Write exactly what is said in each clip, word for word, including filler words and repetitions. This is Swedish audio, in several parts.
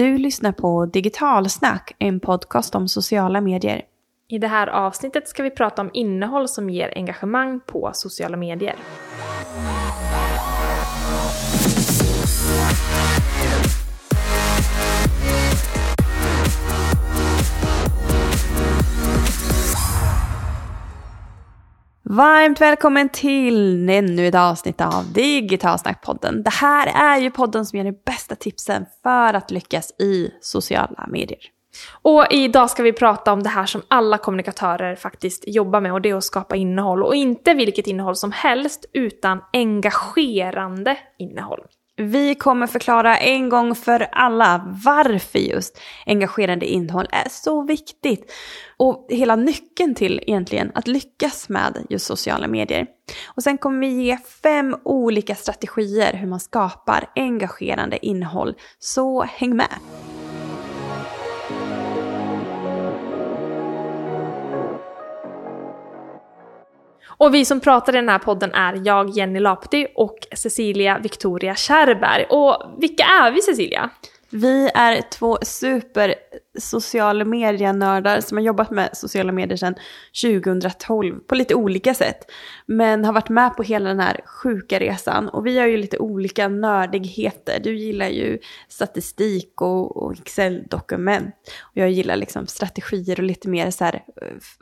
Du lyssnar på Digitalsnack, en podcast om sociala medier. I det här avsnittet ska vi prata om innehåll som ger engagemang på sociala medier. Varmt välkommen till ännu ett avsnitt av Digitalsnackpodden. Det här är ju podden som ger de bästa tipsen för att lyckas i sociala medier. Och idag ska vi prata om det här som alla kommunikatörer faktiskt jobbar med, och det är att skapa innehåll. Och inte vilket innehåll som helst, utan engagerande innehåll. Vi kommer förklara en gång för alla varför just engagerande innehåll är så viktigt. Och hela nyckeln till egentligen att lyckas med just sociala medier. Och sen kommer vi ge fem olika strategier hur man skapar engagerande innehåll. Så häng med! Och vi som pratar i den här podden är jag, Jenny Lapti, och Cecilia Victoria Kärberg. Och vilka är vi, Cecilia? Vi är två super sociala medienördar som har jobbat med sociala medier sedan tjugohundratolv på lite olika sätt. Men har varit med på hela den här sjuka resan. Och vi har ju lite olika nördigheter. Du gillar ju statistik och, och Excel-dokument. Och jag gillar liksom strategier och lite mer så här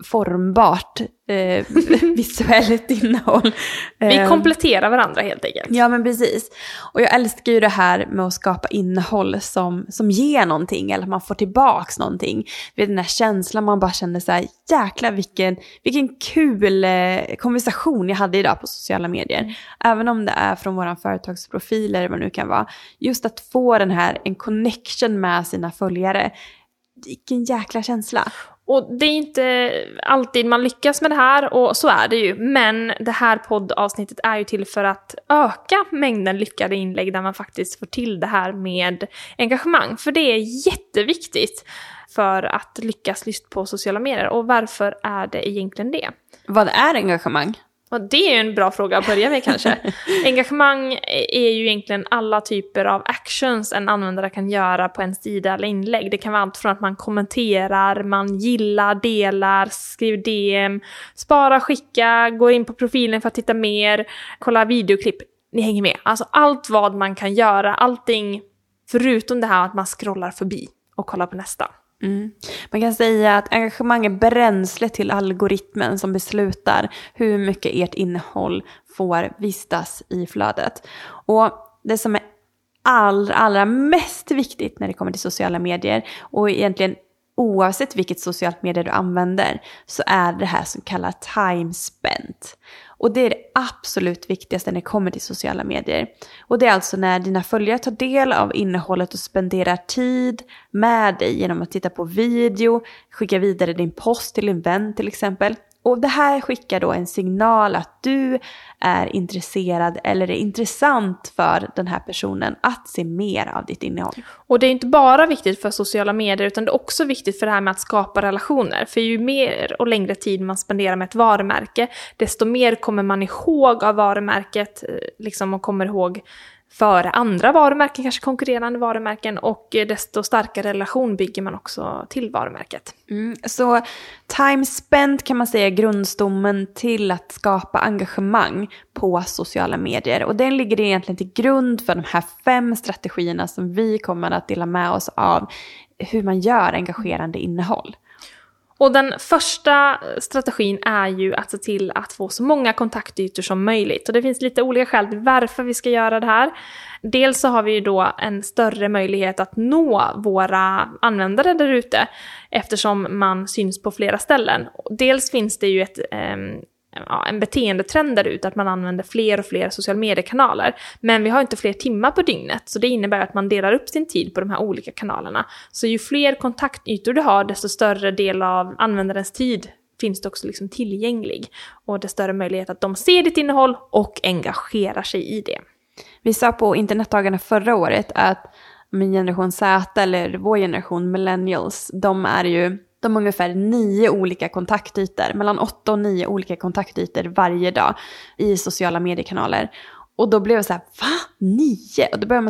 formbart eh, visuellt innehåll. Vi kompletterar varandra helt enkelt. Ja, men precis. Och jag älskar ju det här med att skapa innehåll som, som ger någonting. Eller att man får tillbaka någonting. Vid den här känslan man bara känner så här, jäklar vilken, vilken kul eh, konversation jag hade idag på sociala medier. Även om det är från våran företagsprofil eller vad det nu kan vara. Just att få den här, en connection med sina följare. Vilken jäkla känsla. Och det är inte alltid man lyckas med det här, och så är det ju. Men det här poddavsnittet är ju till för att öka mängden lyckade inlägg där man faktiskt får till det här med engagemang. För det är jätteviktigt för att lyckas lyssna på sociala medier. Och varför är det egentligen det? Vad är engagemang? Och det är ju en bra fråga att börja med kanske. Engagemang är ju egentligen alla typer av actions en användare kan göra på en sida eller inlägg. Det kan vara allt från att man kommenterar, man gillar, delar, skriver D M, sparar, skicka, går in på profilen för att titta mer, kolla videoklipp. Ni hänger med. Alltså allt vad man kan göra, allting förutom det här att man scrollar förbi och kollar på nästa. Mm. Man kan säga att engagemang är bränsle till algoritmen som beslutar hur mycket ert innehåll får vistas i flödet. Och det som är allra, allra mest viktigt när det kommer till sociala medier, och egentligen oavsett vilket socialt medier du använder, så är det här som kallas time spent. Och det är det absolut viktigaste när det kommer till sociala medier. Och det är alltså när dina följare tar del av innehållet och spenderar tid med dig genom att titta på video, skicka vidare din post till en vän till exempel. Och det här skickar då en signal att du är intresserad eller är intressant för den här personen att se mer av ditt innehåll. Och det är inte bara viktigt för sociala medier, utan det är också viktigt för det här med att skapa relationer. För ju mer och längre tid man spenderar med ett varumärke, desto mer kommer man ihåg av varumärket liksom, och kommer ihåg för andra varumärken, kanske konkurrerande varumärken, och desto starkare relation bygger man också till varumärket. Mm, så time spent kan man säga är grundstommen till att skapa engagemang på sociala medier. Och den ligger egentligen till grund för de här fem strategierna som vi kommer att dela med oss av hur man gör engagerande innehåll. Och den första strategin är ju att se till att få så många kontaktytor som möjligt. Och det finns lite olika skäl till varför vi ska göra det här. Dels så har vi ju då en större möjlighet att nå våra användare där ute, eftersom man syns på flera ställen. Dels finns det ju ett... Eh, Ja, en beteendetrend där ute, att man använder fler och fler sociala mediekanaler. Men vi har inte fler timmar på dygnet, så det innebär att man delar upp sin tid på de här olika kanalerna. Så ju fler kontaktytor du har, desto större del av användarens tid finns det också liksom tillgänglig. Och desto större möjlighet att de ser ditt innehåll och engagerar sig i det. Vi sa på internetdagarna förra året att min generation Z, eller vår generation millennials, de är ju de har ungefär nio olika kontaktytor, mellan åtta och nio olika kontaktytor varje dag i sociala mediekanaler. Och då blev jag så här, va? Nio? Och då börjar man så här,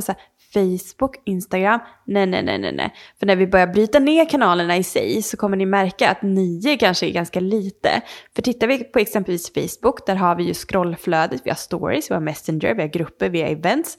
Facebook, Instagram. Nej, nej, nej, nej, nej. För när vi börjar bryta ner kanalerna i sig så kommer ni märka att nio kanske är ganska lite. För tittar vi på exempelvis Facebook, där har vi ju scrollflödet, vi har stories, vi har messenger, vi har grupper, vi har events.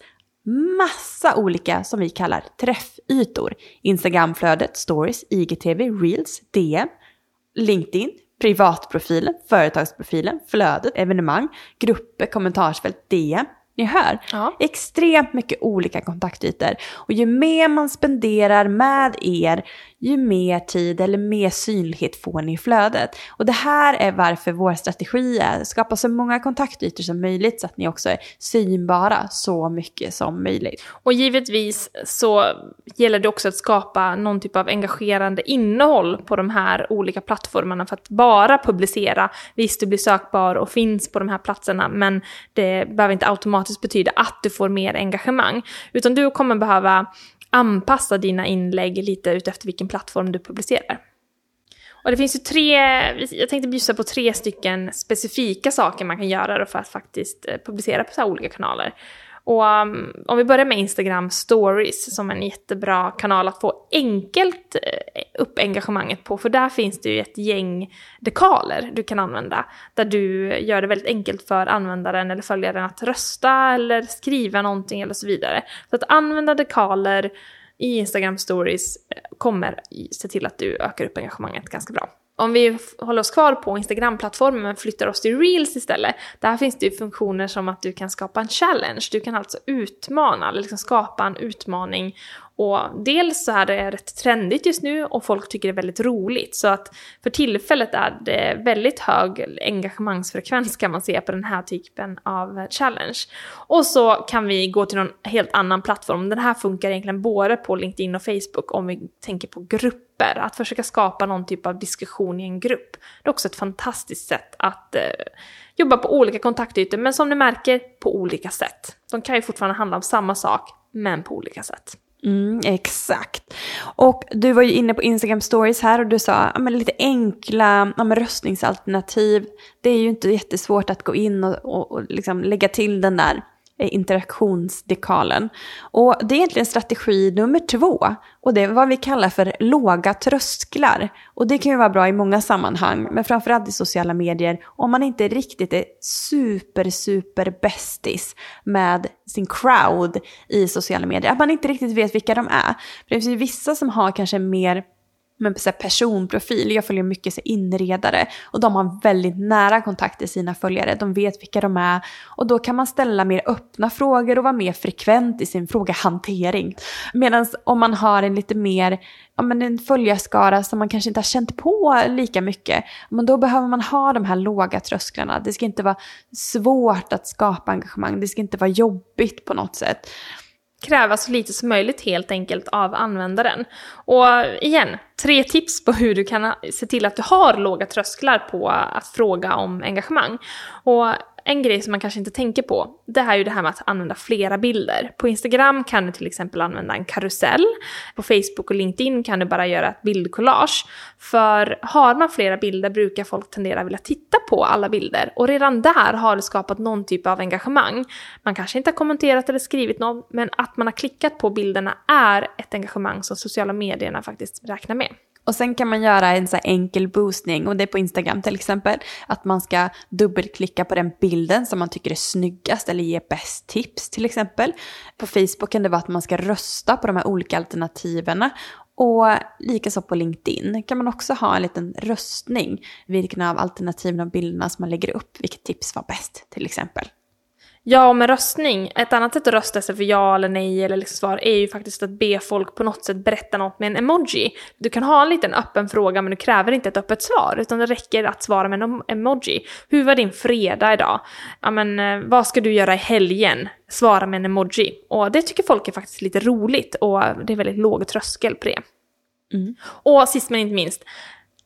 Massa olika som vi kallar träffytor. Instagramflödet, stories, I G T V, reels, D M, LinkedIn, privatprofilen, företagsprofilen, flödet, evenemang, grupper, kommentarsfält, D M. Ni hör, ja. Extremt mycket olika kontaktytor. Och ju mer man spenderar med er, ju mer tid eller mer synlighet får ni i flödet. Och det här är varför vår strategi är att skapa så många kontaktytor som möjligt så att ni också är synbara så mycket som möjligt. Och givetvis så gäller det också att skapa någon typ av engagerande innehåll på de här olika plattformarna för att bara publicera. Visst, du blir sökbar och finns på de här platserna, men det behöver inte automatiskt betyda att du får mer engagemang. Utan du kommer behöva anpassa dina inlägg lite utefter vilken plattform du publicerar. Och det finns ju tre, jag tänkte bjussa på tre stycken specifika saker man kan göra för att faktiskt publicera på så här olika kanaler. Och um, om vi börjar med Instagram Stories som en jättebra kanal att få enkelt upp engagemanget på. För där finns det ju ett gäng dekaler du kan använda. Där du gör det väldigt enkelt för användaren eller följaren att rösta eller skriva någonting eller så vidare. Så att använda dekaler i Instagram Stories kommer se till att du ökar upp engagemanget ganska bra. Om vi håller oss kvar på Instagram-plattformen men flyttar oss till Reels istället. Där finns det ju funktioner som att du kan skapa en challenge. Du kan alltså utmana, eller liksom skapa en utmaning. Och dels så är det rätt trendigt just nu och folk tycker det är väldigt roligt. Så att för tillfället är det väldigt hög engagemangsfrekvens kan man se på den här typen av challenge. Och så kan vi gå till någon helt annan plattform. Den här funkar egentligen både på LinkedIn och Facebook om vi tänker på grupper. Att försöka skapa någon typ av diskussion i en grupp. Det är också ett fantastiskt sätt att eh, jobba på olika kontaktytor. Men som ni märker, på olika sätt. De kan ju fortfarande handla om samma sak, men på olika sätt. Mm, exakt. Och du var ju inne på Instagram Stories här och du sa ja, men lite enkla ja, men röstningsalternativ. Det är ju inte jättesvårt att gå in och, och, och liksom lägga till den där interaktionsdekalen. Och det är egentligen strategi nummer två. Och det är vad vi kallar för låga trösklar. Och det kan ju vara bra i många sammanhang. Men framförallt i sociala medier. Om man inte riktigt är super, super bästis med sin crowd i sociala medier. Att man inte riktigt vet vilka de är. För det finns ju vissa som har kanske mer men så här personprofil. Jag följer mycket så inredare och de har väldigt nära kontakt till sina följare. De vet vilka de är och då kan man ställa mer öppna frågor och vara mer frekvent i sin frågehantering. Medan om man har en lite mer ja, men en följarskara som man kanske inte har känt på lika mycket, men då behöver man ha de här låga trösklarna. Det ska inte vara svårt att skapa engagemang. Det ska inte vara jobbigt på något sätt. Kräva så lite som möjligt helt enkelt av användaren. Och igen, tre tips på hur du kan se till att du har låga trösklar på att fråga om engagemang. Och en grej som man kanske inte tänker på, det här är ju det här med att använda flera bilder. På Instagram kan du till exempel använda en karusell. På Facebook och LinkedIn kan du bara göra ett bildkollage. För har man flera bilder brukar folk tendera att vilja titta på alla bilder. Och redan där har du skapat någon typ av engagemang. Man kanske inte har kommenterat eller skrivit något, men att man har klickat på bilderna är ett engagemang som sociala medierna faktiskt räknar med. Och sen kan man göra en så här enkel boostning, och det är på Instagram till exempel, att man ska dubbelklicka på den bilden som man tycker är snyggast eller ge bäst tips till exempel. På Facebook kan det vara att man ska rösta på de här olika alternativen. Och likaså på LinkedIn kan man också ha en liten röstning, vilken av alternativen och bilderna som man lägger upp, vilket tips var bäst till exempel. Ja, och med röstning, ett annat sätt att rösta sig för ja eller nej eller liksom svar är ju faktiskt att be folk på något sätt berätta något med en emoji. Du kan ha en liten öppen fråga men du kräver inte ett öppet svar, utan det räcker att svara med en emoji. Hur var din fredag idag? Ja, men vad ska du göra i helgen? Svara med en emoji. Och det tycker folk är faktiskt lite roligt och det är väldigt låg tröskel på det. Mm. Och sist men inte minst,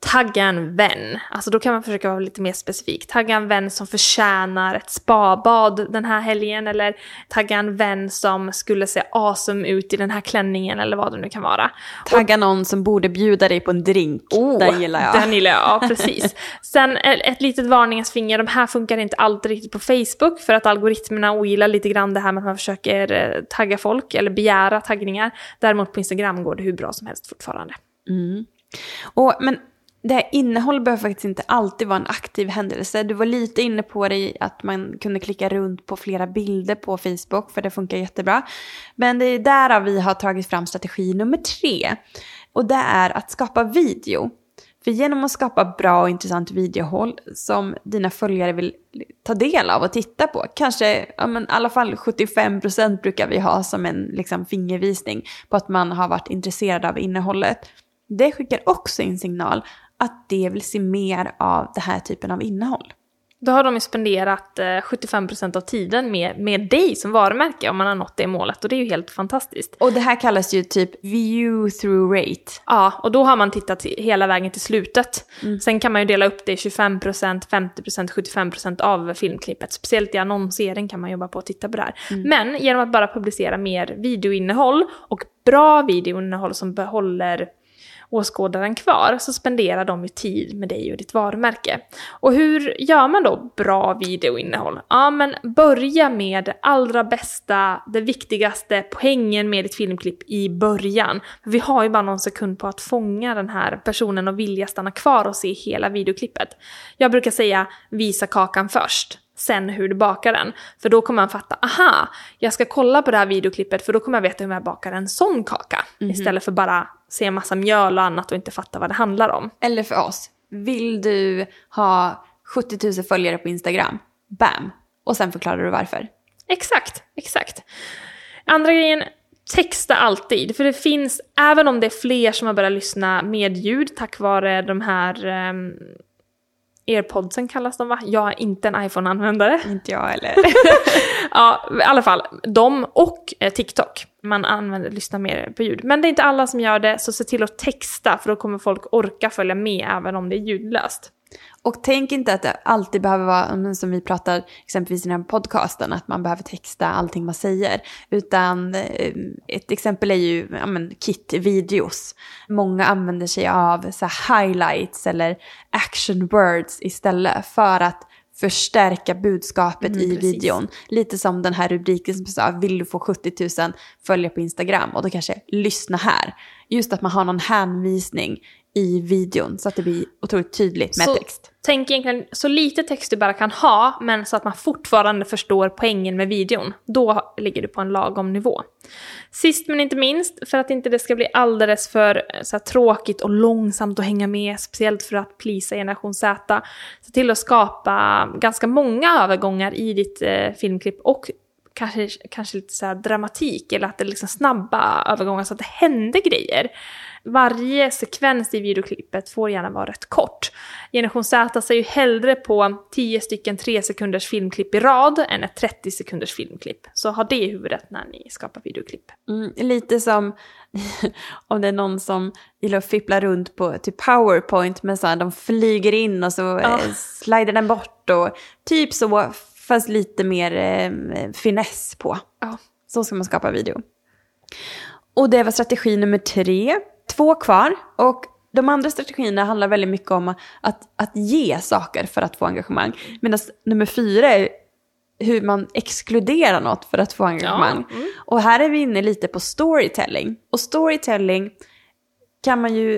tagga en vän. Alltså då kan man försöka vara lite mer specifik. Tagga en vän som förtjänar ett spabad den här helgen. Eller tagga en vän som skulle se awesome ut i den här klänningen. Eller vad det nu kan vara. Tagga och, någon som borde bjuda dig på en drink. Oh, den gillar jag. Den gillar jag, ja precis. Sen ett litet varningens finger. De här funkar inte alltid riktigt på Facebook. För att algoritmerna ogillar lite grann det här med att man försöker tagga folk. Eller begära taggningar. Däremot på Instagram går det hur bra som helst fortfarande. Mm. Och, men det här innehåll behöver faktiskt inte alltid vara en aktiv händelse. Du var lite inne på det att man kunde klicka runt på flera bilder på Facebook, för det funkar jättebra. Men det är där vi har tagit fram strategi nummer tre. Och det är att skapa video. För genom att skapa bra och intressant videohåll som dina följare vill ta del av och titta på. Kanske, ja men i alla fall sjuttiofem procent brukar vi ha som en liksom, fingervisning på att man har varit intresserad av innehållet. Det skickar också en signal att det vill se mer av den här typen av innehåll. Då har de ju spenderat eh, sjuttiofem procent av tiden med, med dig som varumärke om man har nått det målet. Och det är ju helt fantastiskt. Och det här kallas ju typ view through rate. Ja, och då har man tittat hela vägen till slutet. Mm. Sen kan man ju dela upp det i tjugofem procent, femtio procent, sjuttiofem procent av filmklippet. Speciellt i annonsering kan man jobba på att titta på det här. Mm. Men genom att bara publicera mer videoinnehåll och bra videoinnehåll som behåller åskådaren kvar, så spenderar de ju tid med dig och ditt varumärke. Och hur gör man då bra videoinnehåll? Ja, men börja med det allra bästa, det viktigaste poängen med ditt filmklipp i början. Vi har ju bara någon sekund på att fånga den här personen och vilja stanna kvar och se hela videoklippet. Jag brukar säga visa kakan först. Sen hur du bakar den. För då kommer man fatta, aha, jag ska kolla på det här videoklippet för då kommer jag veta hur jag bakar en sån kaka. Mm-hmm. Istället för bara se en massa mjöl och annat och inte fatta vad det handlar om. Eller för oss, vill du ha sjuttio tusen följare på Instagram? Bam! Och sen förklarar du varför. Exakt, exakt. Andra grejen, texta alltid. För det finns, även om det är fler som har börjat lyssna med ljud tack vare de här... Um, AirPodsen kallas de, va? Jag är inte en iPhone-användare. Inte jag heller. Ja, i alla fall. De och eh, TikTok. Man använder, lyssnar mer på ljud. Men det är inte alla som gör det, så se till att texta. För då kommer folk orka följa med även om det är ljudlöst. Och tänk inte att det alltid behöver vara, som vi pratar exempelvis i den här podcasten, att man behöver texta allting man säger. Utan ett exempel är ju ja, men, kit-videos. Många använder sig av så här, highlights eller action words istället för att förstärka budskapet mm, i precis. videon. Lite som den här rubriken som sa, vill du få sjuttio tusen följa på Instagram? Och då kanske lyssna här. Just att man har någon hänvisning i videon så att det blir otroligt tydligt med så, text. Tänk egentligen så lite text du bara kan ha, men så att man fortfarande förstår poängen med videon. Då ligger du på en lagom nivå. Sist men inte minst, för att inte det ska bli alldeles för så här, tråkigt och långsamt att hänga med, speciellt för att plisa generation Z, så till att skapa ganska många övergångar i ditt eh, filmklipp och Kanske, kanske lite så här dramatik, eller att det är liksom snabba övergångar så att det händer grejer. Varje sekvens i videoklippet får gärna vara rätt kort. Generation Z ser ju hellre på tio stycken tre sekunders filmklipp i rad än ett trettio sekunders filmklipp. Så ha det i huvudet när ni skapar videoklipp. Mm, lite som om det är någon som gillar att fippla runt på typ PowerPoint, men så här, de flyger in och så ja. slider den bort och typ så. Fast lite mer eh, finess på. Ja. Så ska man skapa video. Och det var strategi nummer tre. Två kvar. Och de andra strategierna handlar väldigt mycket om att, att ge saker för att få engagemang. Medan nummer fyra är hur man exkluderar något för att få engagemang. Ja. Mm. Och här är vi inne lite på storytelling. Och storytelling kan man ju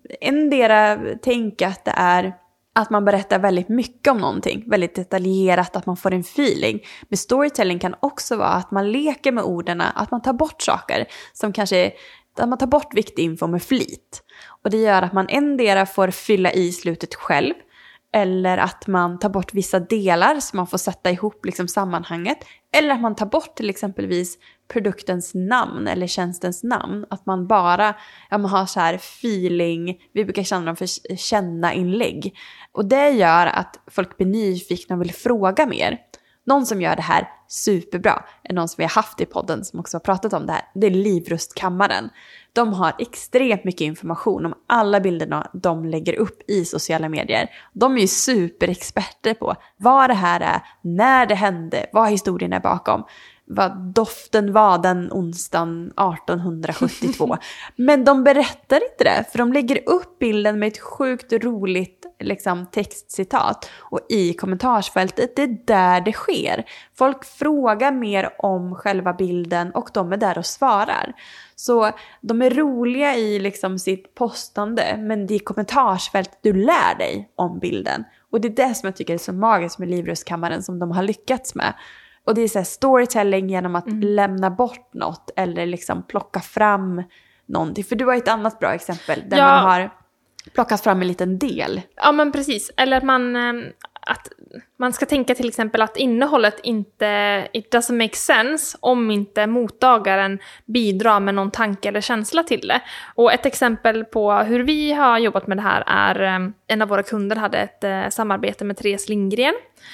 endera tänka att det är att man berättar väldigt mycket om någonting, väldigt detaljerat, att man får en feeling. Men storytelling kan också vara att man leker med orden, att man tar bort saker som kanske, att man tar bort viktig info med flit. Och det gör att man endera får fylla i slutet själv, eller att man tar bort vissa delar så man får sätta ihop liksom sammanhanget. Eller att man tar bort till exempelvis produktens namn eller tjänstens namn. Att man bara ja, man har så här feeling, vi brukar känna dem för känna inlägg. Och det gör att folk blir nyfikna och vill fråga mer. Någon som gör det här superbra är någon som vi har haft i podden som också har pratat om det här. Det är Livrustkammaren. De har extremt mycket information om alla bilderna de lägger upp i sociala medier. De är ju superexperter på vad det här är, när det hände, vad historien är bakom. Vad doften var den onsdagen arton sjuttiotvå. Men de berättar inte det, för de lägger upp bilden med ett sjukt roligt liksom, textcitat. Och i kommentarsfältet, det är där det sker. Folk frågar mer om själva bilden och de är där och svarar. Så de är roliga i liksom, sitt postande, men det är kommentarsfältet du lär dig om bilden. Och det är det som jag tycker är så magiskt med Livrustkammaren som de har lyckats med. Och det är så här storytelling genom att mm. lämna bort något eller liksom plocka fram någonting. För du har ett annat bra exempel där ja. man har plockat fram en liten del. Ja, men precis. Eller att man, att man ska tänka till exempel att innehållet inte, it doesn't make sense om inte mottagaren bidrar med någon tanke eller känsla till det. Och ett exempel på hur vi har jobbat med det här är en av våra kunder hade ett samarbete med Therese Lindgren.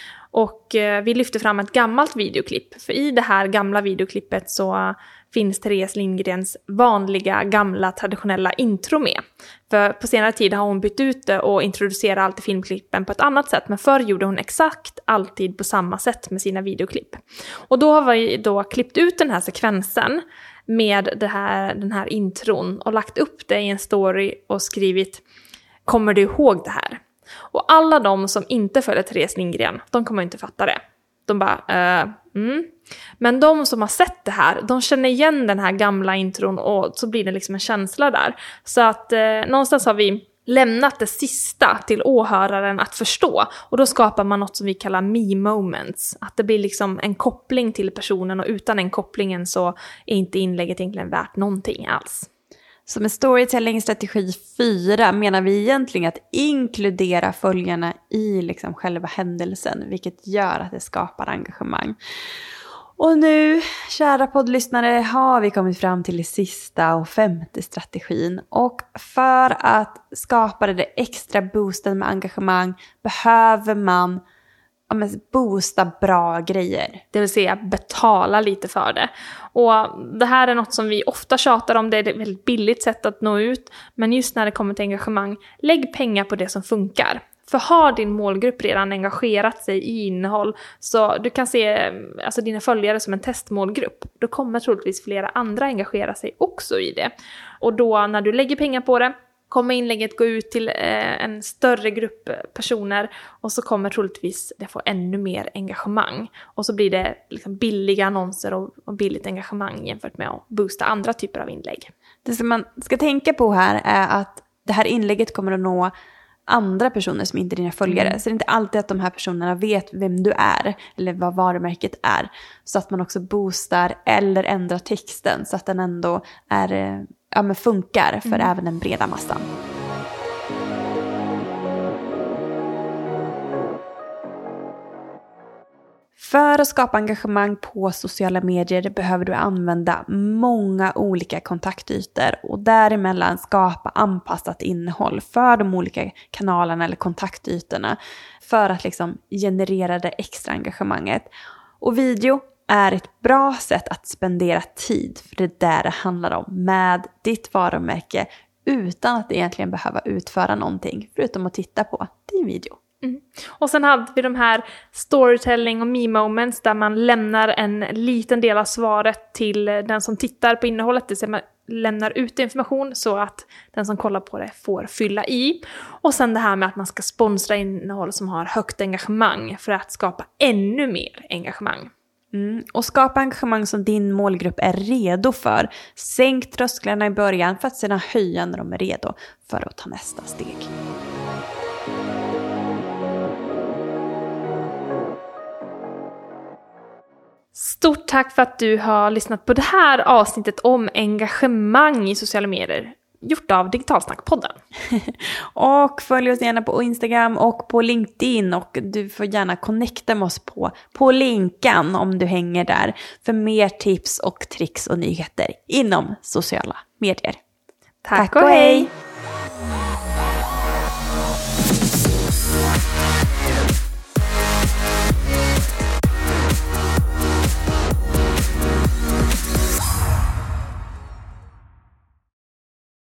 Och eh, vi lyfte fram ett gammalt videoklipp. För i det här gamla videoklippet så finns Therese Lindgrens vanliga, gamla, traditionella intro med. För på senare tid har hon bytt ut det och introducerat alltid filmklippen på ett annat sätt. Men förr gjorde hon exakt alltid på samma sätt med sina videoklipp. Och då har vi då klippt ut den här sekvensen med det här, den här intron och lagt upp det i en story och skrivit "Kommer du ihåg det här?" Och alla de som inte följer Therese Lindgren, de kommer inte fatta det. De bara, uh, mm. Men de som har sett det här, de känner igen den här gamla intron och så blir det liksom en känsla där. Så att uh, någonstans har vi lämnat det sista till åhöraren att förstå. Och då skapar man något som vi kallar me-moments. Att det blir liksom en koppling till personen och utan den kopplingen så är inte inlägget egentligen värt någonting alls. Så med storytelling strategi fyra menar vi egentligen att inkludera följarna i liksom själva händelsen, vilket gör att det skapar engagemang. Och nu, kära poddlyssnare, har vi kommit fram till det sista och femte strategin. Och för att skapa det extra boosten med engagemang behöver man ja, men boosta bra grejer. Det vill säga betala lite för det. Och det här är något som vi ofta tjatar om. Det är ett väldigt billigt sätt att nå ut. Men just när det kommer till engagemang, lägg pengar på det som funkar. För har din målgrupp redan engagerat sig i innehåll så du kan se alltså dina följare som en testmålgrupp. Då kommer troligtvis flera andra engagera sig också i det. Och då när du lägger pengar på det kommer inlägget gå ut till eh, en större grupp personer och så kommer troligtvis det få ännu mer engagemang. Och så blir det liksom billiga annonser och, och billigt engagemang jämfört med att boosta andra typer av inlägg. Det som man ska tänka på här är att det här inlägget kommer att nå andra personer som inte är dina följare. Mm. Så det är inte alltid att de här personerna vet vem du är eller vad varumärket är. Så att man också boostar eller ändrar texten så att den ändå är, ja, men funkar för mm. även den breda massan. För att skapa engagemang på sociala medier behöver du använda många olika kontaktytor och däremellan skapa anpassat innehåll för de olika kanalerna eller kontaktytorna för att liksom generera det extra engagemanget. Och video är ett bra sätt att spendera tid, för det är där det handlar om, med ditt varumärke utan att egentligen behöva utföra någonting förutom att titta på din video. Mm. Och sen hade vi de här storytelling och me-moments där man lämnar en liten del av svaret till den som tittar på innehållet. Det vill säga man lämnar ut information så att den som kollar på det får fylla i. Och sen det här med att man ska sponsra innehåll som har högt engagemang för att skapa ännu mer engagemang. Mm. Och skapa engagemang som din målgrupp är redo för. Sänk trösklarna i början för att sedan höja när de är redo för att ta nästa steg. Stort tack för att du har lyssnat på det här avsnittet om engagemang i sociala medier. Gjort av Digitalsnackpodden. Och följ oss gärna på Instagram och på LinkedIn. Och du får gärna connecta med oss på, på länken om du hänger där. För mer tips och tricks och nyheter inom sociala medier. Tack, tack och hej!